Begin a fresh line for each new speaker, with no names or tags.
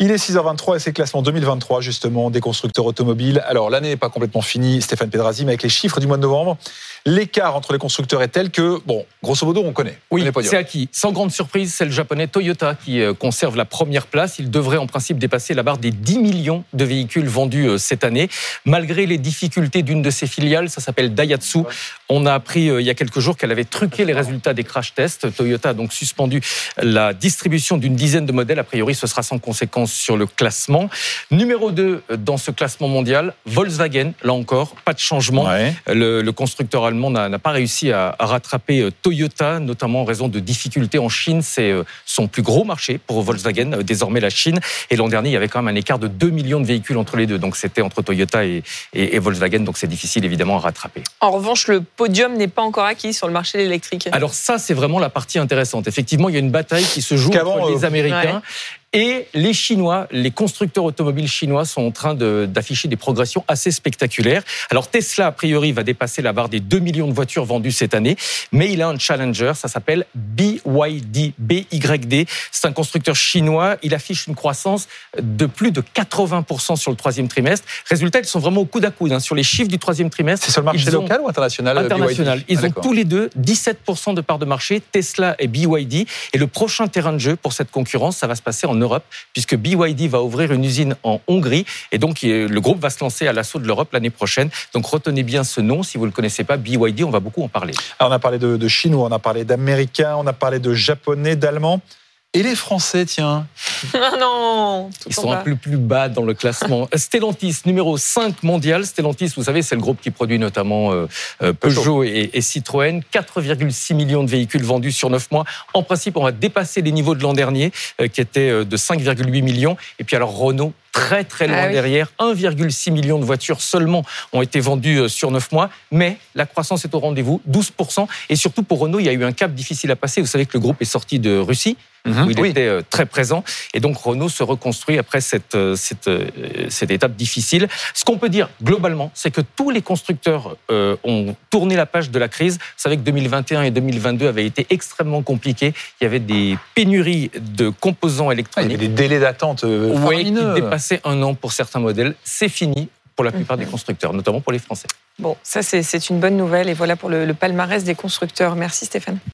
Il est 6h23 et c'est classement 2023 justement des constructeurs automobiles. Alors l'année n'est pas complètement finie, Stéphane Pedrazzi, mais avec les chiffres du mois de novembre, l'écart entre les constructeurs est tel que, bon, grosso modo, on connaît.
Oui, c'est acquis. Sans grande surprise, c'est le japonais Toyota qui conserve la première place. Il devrait en principe dépasser la barre des 10 millions de véhicules vendus cette année. Malgré les difficultés d'une de ses filiales, ça s'appelle Daihatsu. On a appris il y a quelques jours qu'elle avait truqué les résultats des crash tests. Toyota a donc suspendu la distribution d'une dizaine de modèles. A priori, ce sera sans conséquence sur le classement. Numéro 2 dans ce classement mondial, Volkswagen. Là encore, pas de changement. Ouais. Le constructeur allemand n'a pas réussi à rattraper Toyota, notamment en raison de difficultés en Chine. C'est son plus gros marché pour Volkswagen, désormais la Chine. Et l'an dernier, il y avait quand même un écart de 2 millions de véhicules entre les deux. Donc c'était entre Toyota et Volkswagen. Donc c'est difficile évidemment à rattraper.
En revanche, le podium n'est pas encore acquis sur le marché de l'électrique.
Alors ça, c'est vraiment la partie intéressante. Effectivement, il y a une bataille qui se joue entre les Américains. Ouais. Et les Chinois, les constructeurs automobiles chinois sont en train d'afficher des progressions assez spectaculaires. Alors Tesla, a priori, va dépasser la barre des 2 millions de voitures vendues cette année, mais il a un challenger, ça s'appelle BYD. BYD, c'est un constructeur chinois. Il affiche une croissance de plus de 80% sur le troisième trimestre. Résultat, ils sont vraiment au coude à coude. Sur les chiffres du troisième trimestre.
C'est sur le marché local ou international?
International. Ils ont tous les deux 17% de part de marché, Tesla et BYD. Et le prochain terrain de jeu pour cette concurrence, ça va se passer en Europe, puisque BYD va ouvrir une usine en Hongrie, et donc le groupe va se lancer à l'assaut de l'Europe l'année prochaine. Donc retenez bien ce nom, si vous ne le connaissez pas, BYD, on va beaucoup en parler.
Alors, on a parlé de Chinois, on a parlé d'Américains, on a parlé de Japonais, d'Allemands. Et les Français, tiens?
Non,
ils sont un peu plus bas dans le classement. Stellantis, numéro 5 mondial. Stellantis, vous savez, c'est le groupe qui produit notamment Peugeot et Citroën. 4,6 millions de véhicules vendus sur 9 mois. En principe, on va dépasser les niveaux de l'an dernier, qui étaient de 5,8 millions. Et puis alors Renault, très loin derrière. 1,6 million de voitures seulement ont été vendues sur 9 mois. Mais la croissance est au rendez-vous, 12%. Et surtout pour Renault, il y a eu un cap difficile à passer. Vous savez que le groupe est sorti de Russie, où il était très présent. Et donc Renault se reconstruit après cette étape difficile. Ce qu'on peut dire globalement, c'est que tous les constructeurs ont tourné la page de la crise. Vous savez que 2021 et 2022 avaient été extrêmement compliqués. Il y avait des pénuries de composants électroniques.
Il y avait des délais d'attente faramineux.
Qui dépassaient 1 an pour certains modèles. C'est fini pour la plupart des constructeurs, notamment pour les Français.
Bon, ça c'est une bonne nouvelle. Et voilà pour le palmarès des constructeurs. Merci Stéphane.